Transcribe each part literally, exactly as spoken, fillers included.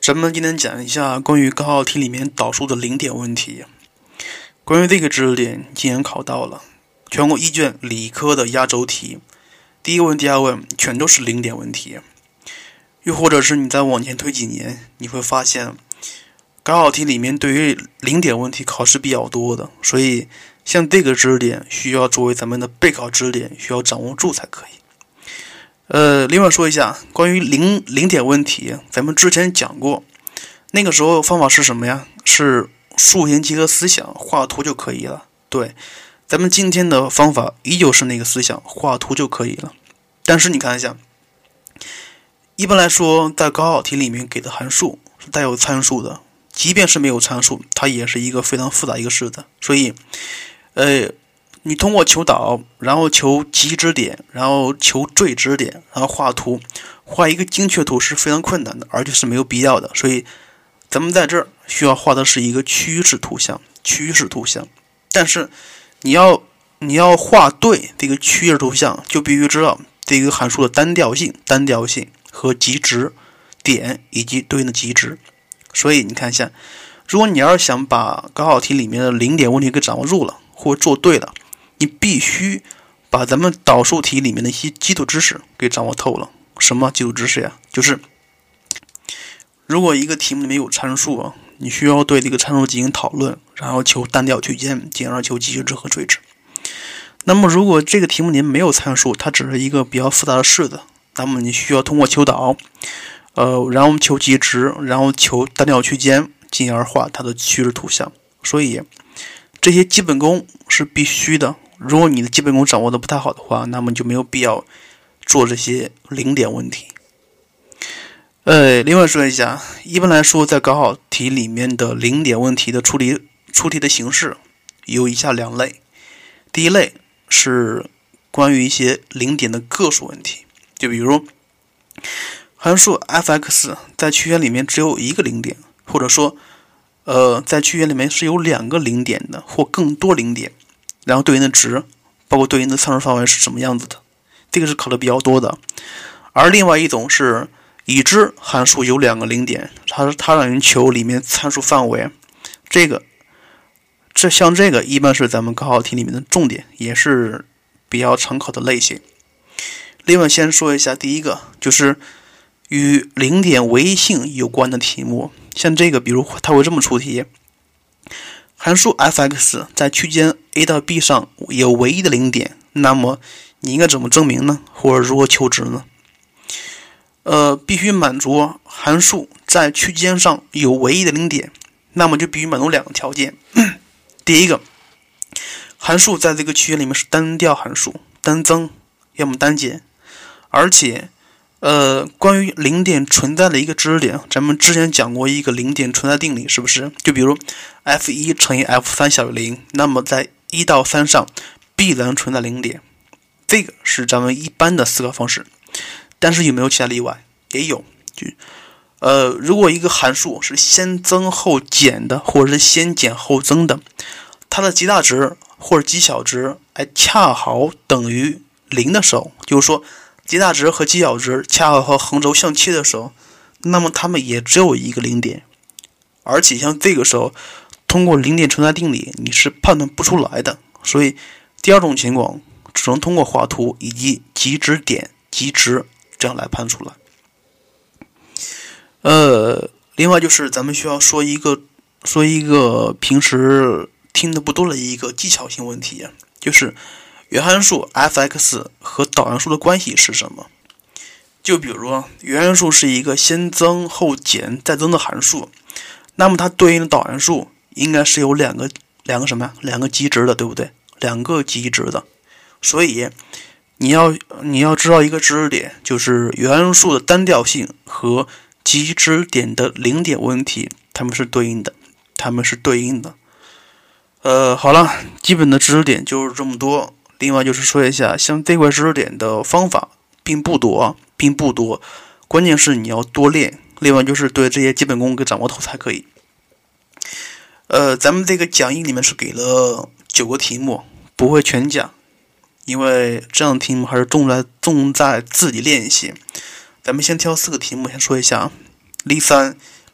咱们今天讲一下关于高考题里面导数的零点问题。关于这个知识点，今年考到了全国一卷理科的压轴题，第一问、第二问全都是零点问题。又或者是你再往前推几年，你会发现高考题里面对于零点问题考试比较多的，所以像这个知识点需要作为咱们的备考知识点，需要掌握住才可以。呃，另外说一下关于零零点问题，咱们之前讲过，那个时候方法是什么呀？是数形结合思想，画图就可以了。对，咱们今天的方法依旧是那个思想，画图就可以了。但是你看一下，一般来说，在高考题里面给的函数是带有参数的，即便是没有参数，它也是一个非常复杂一个式子。所以，呃。你通过求导，然后求极值点，然后求最值点，然后画图，画一个精确图是非常困难的，而且是没有必要的。所以，咱们在这儿需要画的是一个趋势图像，趋势图像。但是，你要你要画对这个趋势图像，就必须知道这个函数的单调性、单调性和极值点以及对应的极值。所以你看一下，如果你要是想把高考题里面的零点问题给掌握住了，或者做对了，你必须把咱们导数题里面的一些基础知识给掌握透了。什么基础知识呀？就是如果一个题目里面有参数啊，你需要对这个参数进行讨论，然后求单调区间，进而求极值和最值。那么如果这个题目里面没有参数，它只是一个比较复杂的式子，那么你需要通过求导，呃，然后求极值，然后求单调区间，进而画它的趋势图像。所以这些基本功是必须的。如果你的基本功掌握的不太好的话，那么就没有必要做这些零点问题。呃，另外说一下，一般来说，在高考题里面的零点问题的处理出题的形式有以下两类。第一类是关于一些零点的个数问题，就比如函数 f(x) 在区间里面只有一个零点，或者说呃，在区间里面是有两个零点的，或更多零点，然后对应的值，包括对应的参数范围是什么样子的，这个是考的比较多的。而另外一种是已知函数有两个零点，它它让人求里面参数范围，这个这像这个一般是咱们高考题里面的重点，也是比较常考的类型。另外先说一下第一个，就是与零点唯一性有关的题目，像这个比如它会这么出题，函数 f(x) 在区间 a 到 b 上有唯一的零点，那么你应该怎么证明呢？或者如何求值呢？呃，必须满足函数在区间上有唯一的零点，那么就必须满足两个条件。第一个，函数在这个区间里面是单调函数，单增要么单减，而且呃，关于零点存在的一个知识点，咱们之前讲过一个零点存在定理，是不是？就比如 F 一 乘以 F 三 小于零，那么在一到三上必然存在零点，这个是咱们一般的思考方式。但是有没有其他例外？也有。就呃，如果一个函数是先增后减的，或者是先减后增的，它的极大值或者极小值哎恰好等于零的时候，就是说极大值和极小值恰好和横轴相切的时候，那么它们也只有一个零点。而且像这个时候，通过零点存在定理你是判断不出来的。所以第二种情况只能通过画图以及极值点、极值这样来判出来。呃，另外就是咱们需要说一个说一个平时听得不多的一个技巧性问题，就是原函数 f(x) 和导函数的关系是什么？就比如说原函数是一个先增后减再增的函数，那么它对应的导函数应该是有两个两个什么呀？两个极值的，对不对？两个极值的。所以你要你要知道一个知识点，就是原函数的单调性和极值点的零点问题，它们是对应的，它们是对应的。呃，好了，基本的知识点就是这么多。另外就是说一下，像这块知识点的方法并不多，并不多，关键是你要多练。另外就是对这些基本功给掌握透才可以。呃，咱们这个讲义里面是给了九个题目，不会全讲，因为这样的题目还是重在重在自己练习。咱们先挑四个题目，先说一下。例三，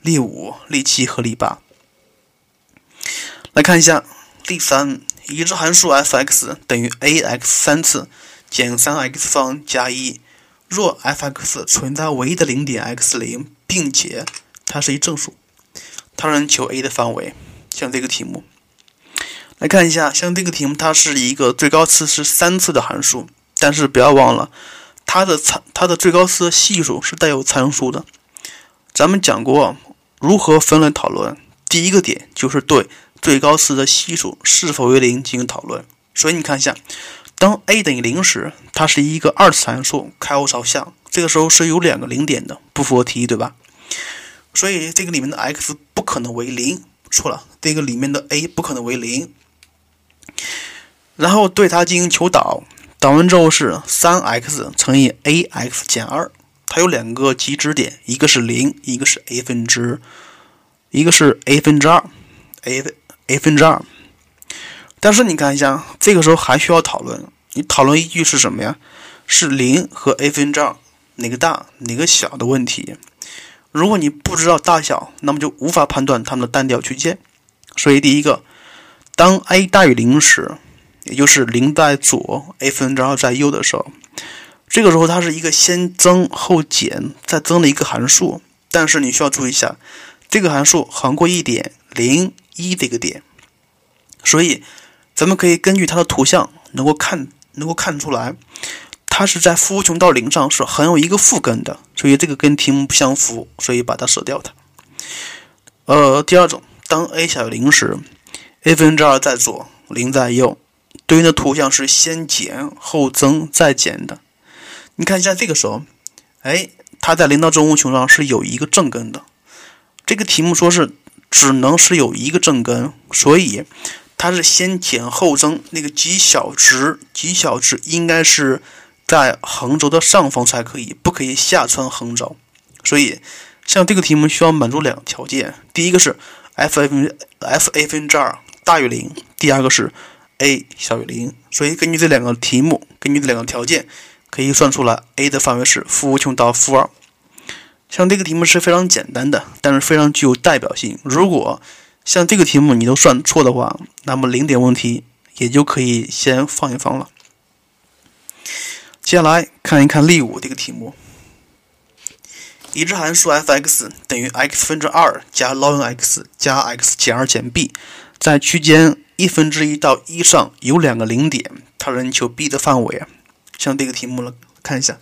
例五、例七和例八。来看一下例三，已知函数 f(x) 等于 ax 三次减 三 x 方加一，若 f(x) 存在唯一的零点 x 零，并且它是一正数，它让人求 a 的范围。像这个题目，来看一下，像这个题目它是一个最高次是三次的函数，但是不要忘了它的参它的最高次的系数是带有参数的。咱们讲过如何分类讨论，第一个点就是对最高次的系数是否为零进行讨论。所以你看一下，当 a 等于零时，它是一个二次函数开后朝向，这个时候是有两个零点的，不符合题意，对吧？所以这个里面的 x 不可能为零，错了，这个里面的 a 不可能为零。然后对它进行求导，导完之后是 三 x 乘以 ax 减二，它有两个极值点，一个是零，一个是 a 分之，一个是 a 分之二 ，a a 分之二。但是你看一下，这个时候还需要讨论，你讨论依据是什么呀？是零和 a 分之二哪个大哪个小的问题。如果你不知道大小，那么就无法判断它们的单调区间。所以第一个，当 a 大于零时，也就是零在左 a 分之二在右的时候，这个时候它是一个先增后减再增的一个函数。但是你需要注意一下，这个函数横过一点零一这个点，所以咱们可以根据它的图像能够看能够看出来，它是在负无穷到零上是横有一个负根的，所以这个跟题目不相符，所以把它舍掉它。呃，第二种，当 a 小于零时 ，a 分之二在左，零在右，对应的图像是先减后增再减的。你看一下这个时候，哎，它在零到正无穷上是有一个正根的。这个题目说是只能是有一个正根，所以它是先减后增，那个极小值极小值应该是在横轴的上方才可以，不可以下穿横轴。所以像这个题目需要满足两个条件，第一个是 f a 分 f a 分之二大于零，第二个是 a 小于零。所以根据这两个题目，根据这两个条件，可以算出来 a 的范围是负无穷到负二。像这个题目是非常简单的，但是非常具有代表性。如果像这个题目你都算错的话，那么零点问题也就可以先放一放了。接下来看一看例五这个题目，已知函数 f(x) 等于 x 分之二加 ln x 加 x 减二减 b， 在区间一分之一到一上有两个零点，它让人求 b 的范围啊。像这个题目了，看一下。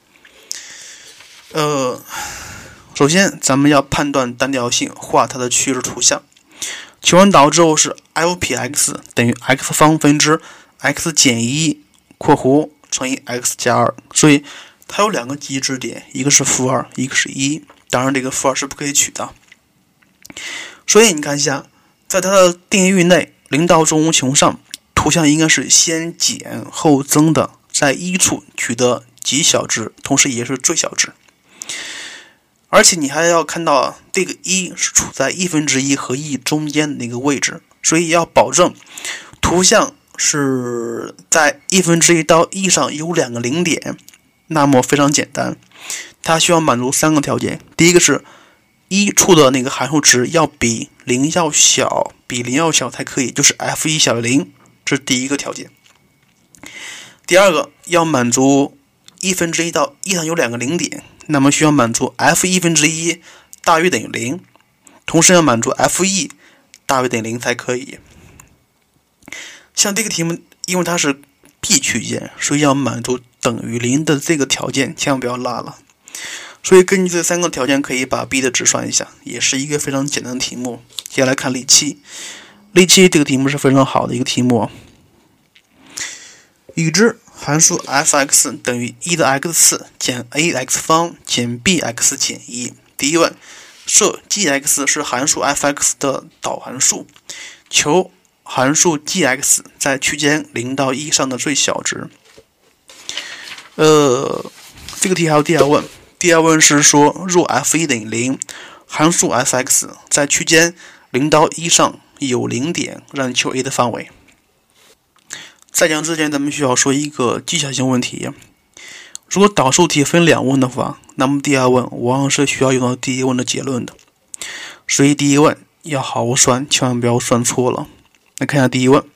呃，首先咱们要判断单调性，画它的趋势图像。求完导之后是 f 撇 x 等于 x 方分之 x 减一括弧乘以 x 加二，所以它有两个极值点，一个是负二，一个是一。当然这个负二是不可以取的。所以你看一下，在它的定义域内，零到正无穷上，图像应该是先减后增的，在一处取得极小值，同时也是最小值。而且你还要看到这个一是处在一分之一和一中间的那个位置，所以要保证图像是在一分之一到一上有两个零点。那么非常简单，它需要满足三个条件。第一个是一处的那个函数值要比零要小，比零要小才可以，就是 f 一 小于零，这是第一个条件。第二个要满足一分之一到一上有两个零点，那么需要满足 f 一分之一大于等于零，同时要满足 f 一 大于等于零才可以。像这个题目，因为它是 b 区间，所以要满足等于零的这个条件，千万不要落了。所以根据这三个条件，可以把 b 的值算一下，也是一个非常简单的题目。接下来看例七，例七这个题目是非常好的一个题目。已知函数 f(x) 等于一的 x 次减 ax 方减 bx 减一。第一问，设 g(x) 是函数 f(x) 的导函数，求函数 g(x) 在区间零到一上的最小值。呃，这个题还有第二问，第二问是说，若 f 一 等于零，函数 f(x) 在区间零到一上有零点，让求 a 的范围。在讲之前，咱们需要说一个技巧性问题。如果导数题分两问的话，那么第二问往往是需要用到第一问的结论的。 所以第一问要好好算，千万不要算错了。来看一下第一问，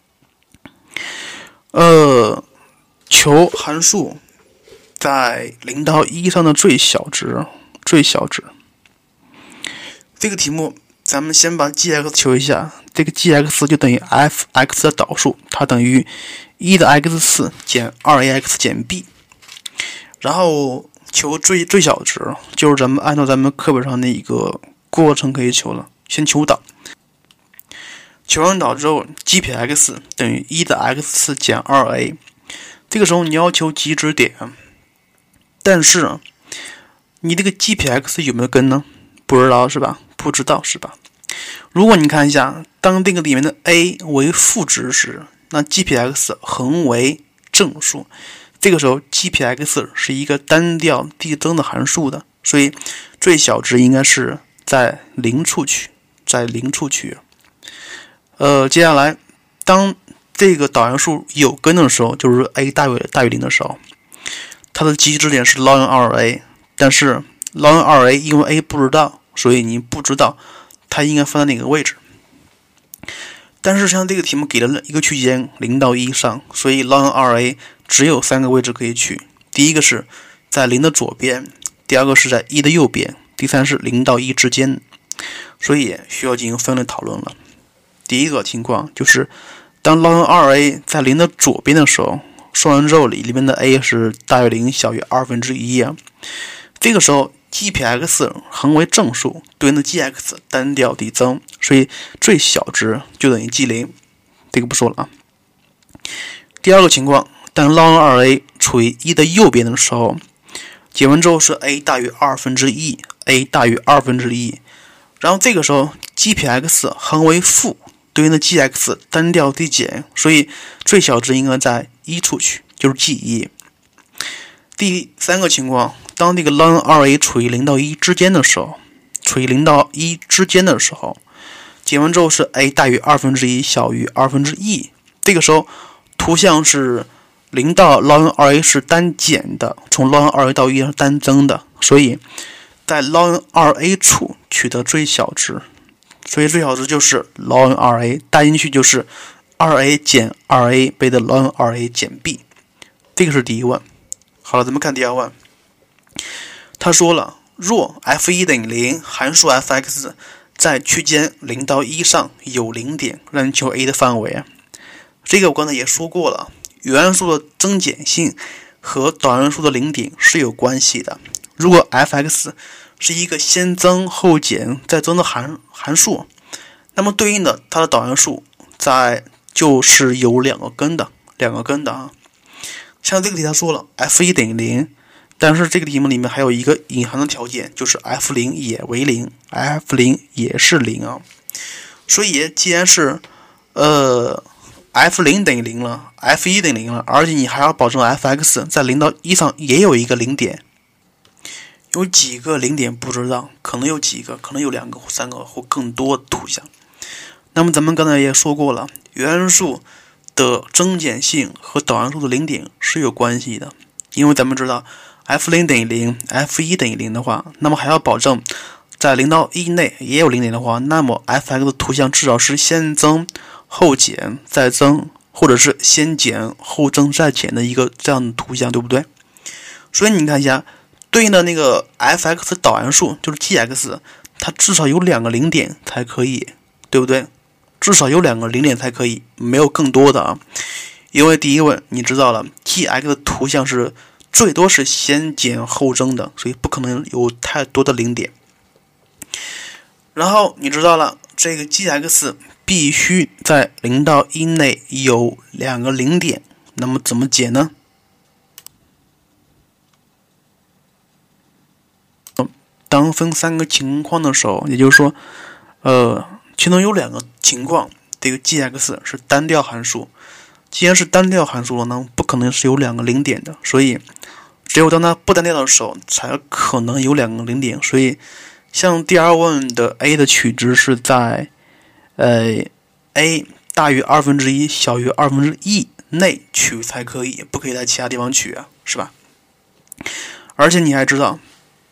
呃，求函数在零到一上的最小值，最小值。这个题目咱们先把 g(x) 求一下，这个 g(x) 就等于 f(x) 的导数，它等于一的 x 四减 二 a x 减 b， 然后求最最小值，就是咱们按照咱们课本上的一个过程可以求了。先求导，求完导之后 g 撇 x 等于一的 x 四减 二 a， 这个时候你要求极值点，但是你这个 g 撇 x 有没有根呢？不知道是吧？不知道是吧？如果你看一下，当这个里面的 a 为负值时，那 g 撇 x 恒为正数，这个时候 g 撇 x 是一个单调递增的函数的，所以最小值应该是在零处取，在零处取。呃，接下来当这个导函数有根的时候，就是 a 大于大于零的时候，它的极值点是 ln 二 a， 但是 ln 二 a 因为 a 不知道，所以你不知道它应该放在哪个位置。但是像这个题目给了一个区间零到一上，所以 ln 二 a 只有三个位置可以取。第一个是在零的左边，第二个是在一的右边，第三是零到一之间，所以需要进行分类讨论了。第一个情况就是当 ln 二 a 在零的左边的时候，算完之后里里面的 a 是大于零小于二分之一啊，这个时候 g 撇 x 恒为正数，对应的 g(x) 单调递增，所以最小值就等于 g 零，这个不说了啊。第二个情况，当 ln 二 a 处于一的右边的时候，解完之后是 a 大于二分之一 ，a 大于二分之一，然后这个时候 g 撇 x 恒为负，对应的 g(x) 单调递减，所以最小值应该在一处取，就是 g 一。第三个情况，当这个 ln 二 a 处于零到一之间的时候，处于零到一之间的时候，解完之后是 a 大于二分之一小于二分之一，这个时候图像是零到 ln 二 a 是单减的，从 ln 二 a 到一是单增的，所以在 ln 二 a 处取得最小值，所以最小值就是 ln 二 a， 带进去就是 二 a 减 二 a 倍的 ln 二 a 减 b， 这个是第一问。好了，咱们看第二问。他说了，若 f 一 等于零，函数 f(x) 在区间零到一上有零点，让你求 a 的范围。这个我刚才也说过了，原函数的增减性和导函数的零点是有关系的。如果 f(x) 是一个先增后减再增的函函数，那么对应的它的导函数在就是有两个根的，两个根的啊。像这个题他说了 f 一 等于零，但是这个题目里面还有一个隐含的条件，就是 f 零 也为零 ，f 零 也是零啊。所以既然是呃 f 零 等于零了 ，f 一 等于零了，而且你还要保证 f(x) 在零到一上也有一个零点，有几个零点不知道，可能有几个，可能有两个或三个或更多的图像。那么咱们刚才也说过了，原函数的增减性和导函数的零点是有关系的，因为咱们知道 f 零 等于零 ，f 一 等于零的话，那么还要保证在零到一内也有零点的话，那么 f(x) 的图像至少是先增后减再增，或者是先减后增再减的一个这样的图像，对不对？所以你看一下，对应的那个 f(x) 导函数就是 g(x), 它至少有两个零点才可以，对不对？至少有两个零点才可以，没有更多的啊。因为第一问你知道了 ，g(x) 的图像是最多是先减后增的，所以不可能有太多的零点。然后你知道了，这个 g(x) 必须在零到一内有两个零点，那么怎么解呢？当分三个情况的时候，也就是说，呃。其中有两个情况，这个 g(x) 是单调函数，既然是单调函数了呢，不可能是有两个零点的，所以只有当它不单调的时候，才可能有两个零点。所以，像第二问的 a 的取值是在呃 a 大于二分之一小于二分之一内取才可以，不可以在其他地方取啊，是吧？而且你还知道，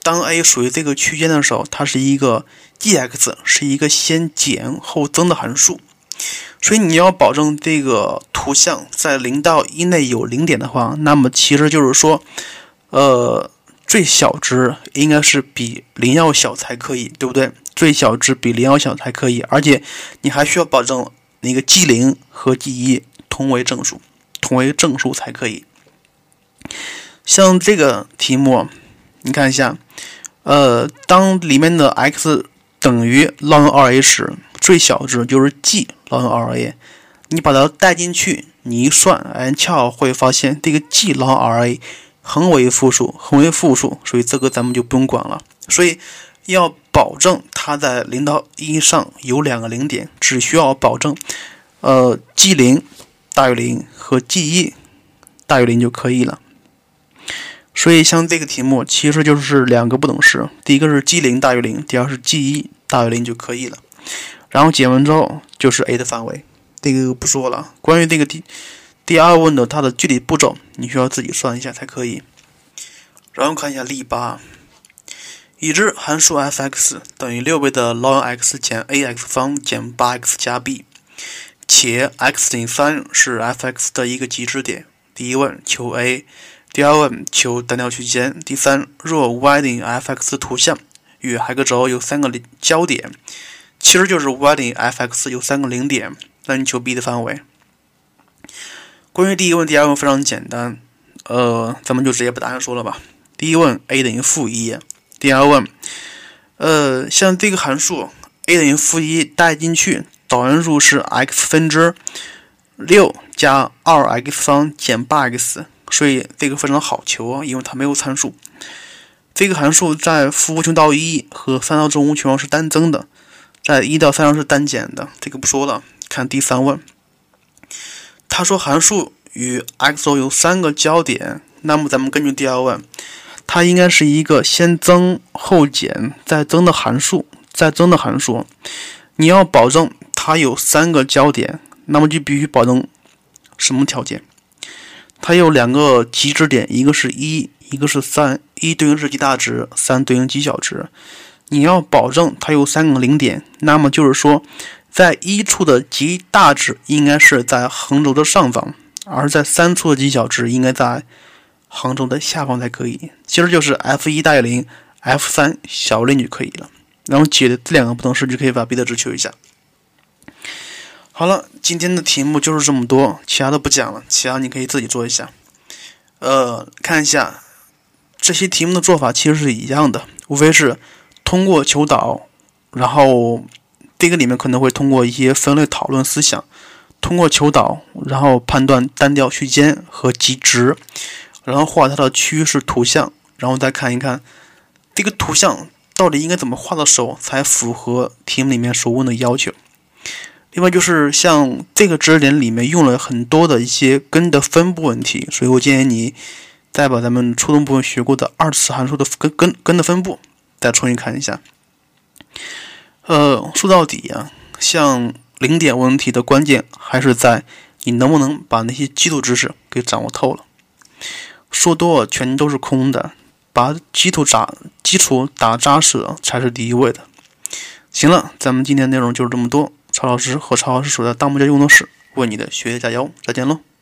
当 a 属于这个区间的时候，它是一个 g(x) 是一个先减后增的函数，所以你要保证这个图像在零到一内有零点的话，那么其实就是说，呃，最小值应该是比零要小才可以，对不对？最小值比零要小才可以，而且你还需要保证那个 g 零 和 g 一 同为正数，同为正数才可以。像这个题目，你看一下，呃，当里面的 x 等于 ln 二 a 时，最小值就是 g ln 二 a， 你把它带进去，你一算，哎，恰好会发现这个 g ln 二 a 恒为负数，恒为负数，所以这个咱们就不用管了。所以要保证它在零到一上有两个零点，只需要保证呃 g 零 大于零和 g 一 大于零就可以了。所以像这个题目其实就是两个不等式，第一个是 g 零 大于零，第二是 g 一 大于零就可以了。然后解完之后就是 a 的范围，这个不说了。关于这个第第二问的它的具体步骤，你需要自己算一下才可以。然后看一下例八，已知函数 f(x) 等于六倍的 ln x 减 ax 方减 八 x 加 b， 且 x 等于三是 f(x) 的一个极值点。第一问求 a， 第二问求单调区间。第三，若 y 等于 f(x) 图像与 x 轴有三个交点，其实就是 y 等于 f(x) 有三个零点，那你求 b 的范围。关于第一问、第二问非常简单，呃，咱们就直接把答案说了吧。第一问 a 等于负一，第二问，呃，像这个函数 a 等于负一带进去，导函数是 x 分之六加 二 x 方减 八 x， 所以这个非常好求啊，因为它没有参数。这个函数在负无穷到一和三到正无穷上是单增的，在一到三上是单减的，这个不说了。看第三问，他说函数与 x 轴有三个交点，那么咱们根据第二问，它应该是一个先增后减再增的函数，再增的函数。你要保证它有三个交点，那么就必须保证什么条件？它有两个极值点，一个是一，一个是三，一对应是极大值，三对应极小值。你要保证它有三个零点，那么就是说，在一处的极大值应该是在横轴的上方，而在三处的极小值应该在横轴的下方才可以。其实就是 f 一 大于零 ，f 三 小于零就可以了。然后解的这两个不等式就可以把 b 的值求一下。好了，今天的题目就是这么多，其他的不讲了，其他你可以自己做一下。呃，看一下这些题目的做法其实是一样的，无非是通过求导，然后这个里面可能会通过一些分类讨论思想，通过求导，然后判断单调区间和极值，然后画它的趋势图像，然后再看一看这个图像到底应该怎么画的时候才符合题目里面所问的要求。另外就是像这个知识点里面用了很多的一些根的分布问题，所以我建议你再把咱们初中部分学过的二次函数的根根根的分布再重新看一下。呃，说到底啊，像零点问题的关键还是在你能不能把那些基础知识给掌握透了。说多了全都是空的，把基础打基础打扎实了才是第一位的。行了，咱们今天内容就是这么多。曹老师和曹老师所在当木家工作室为你的学业加油，再见喽。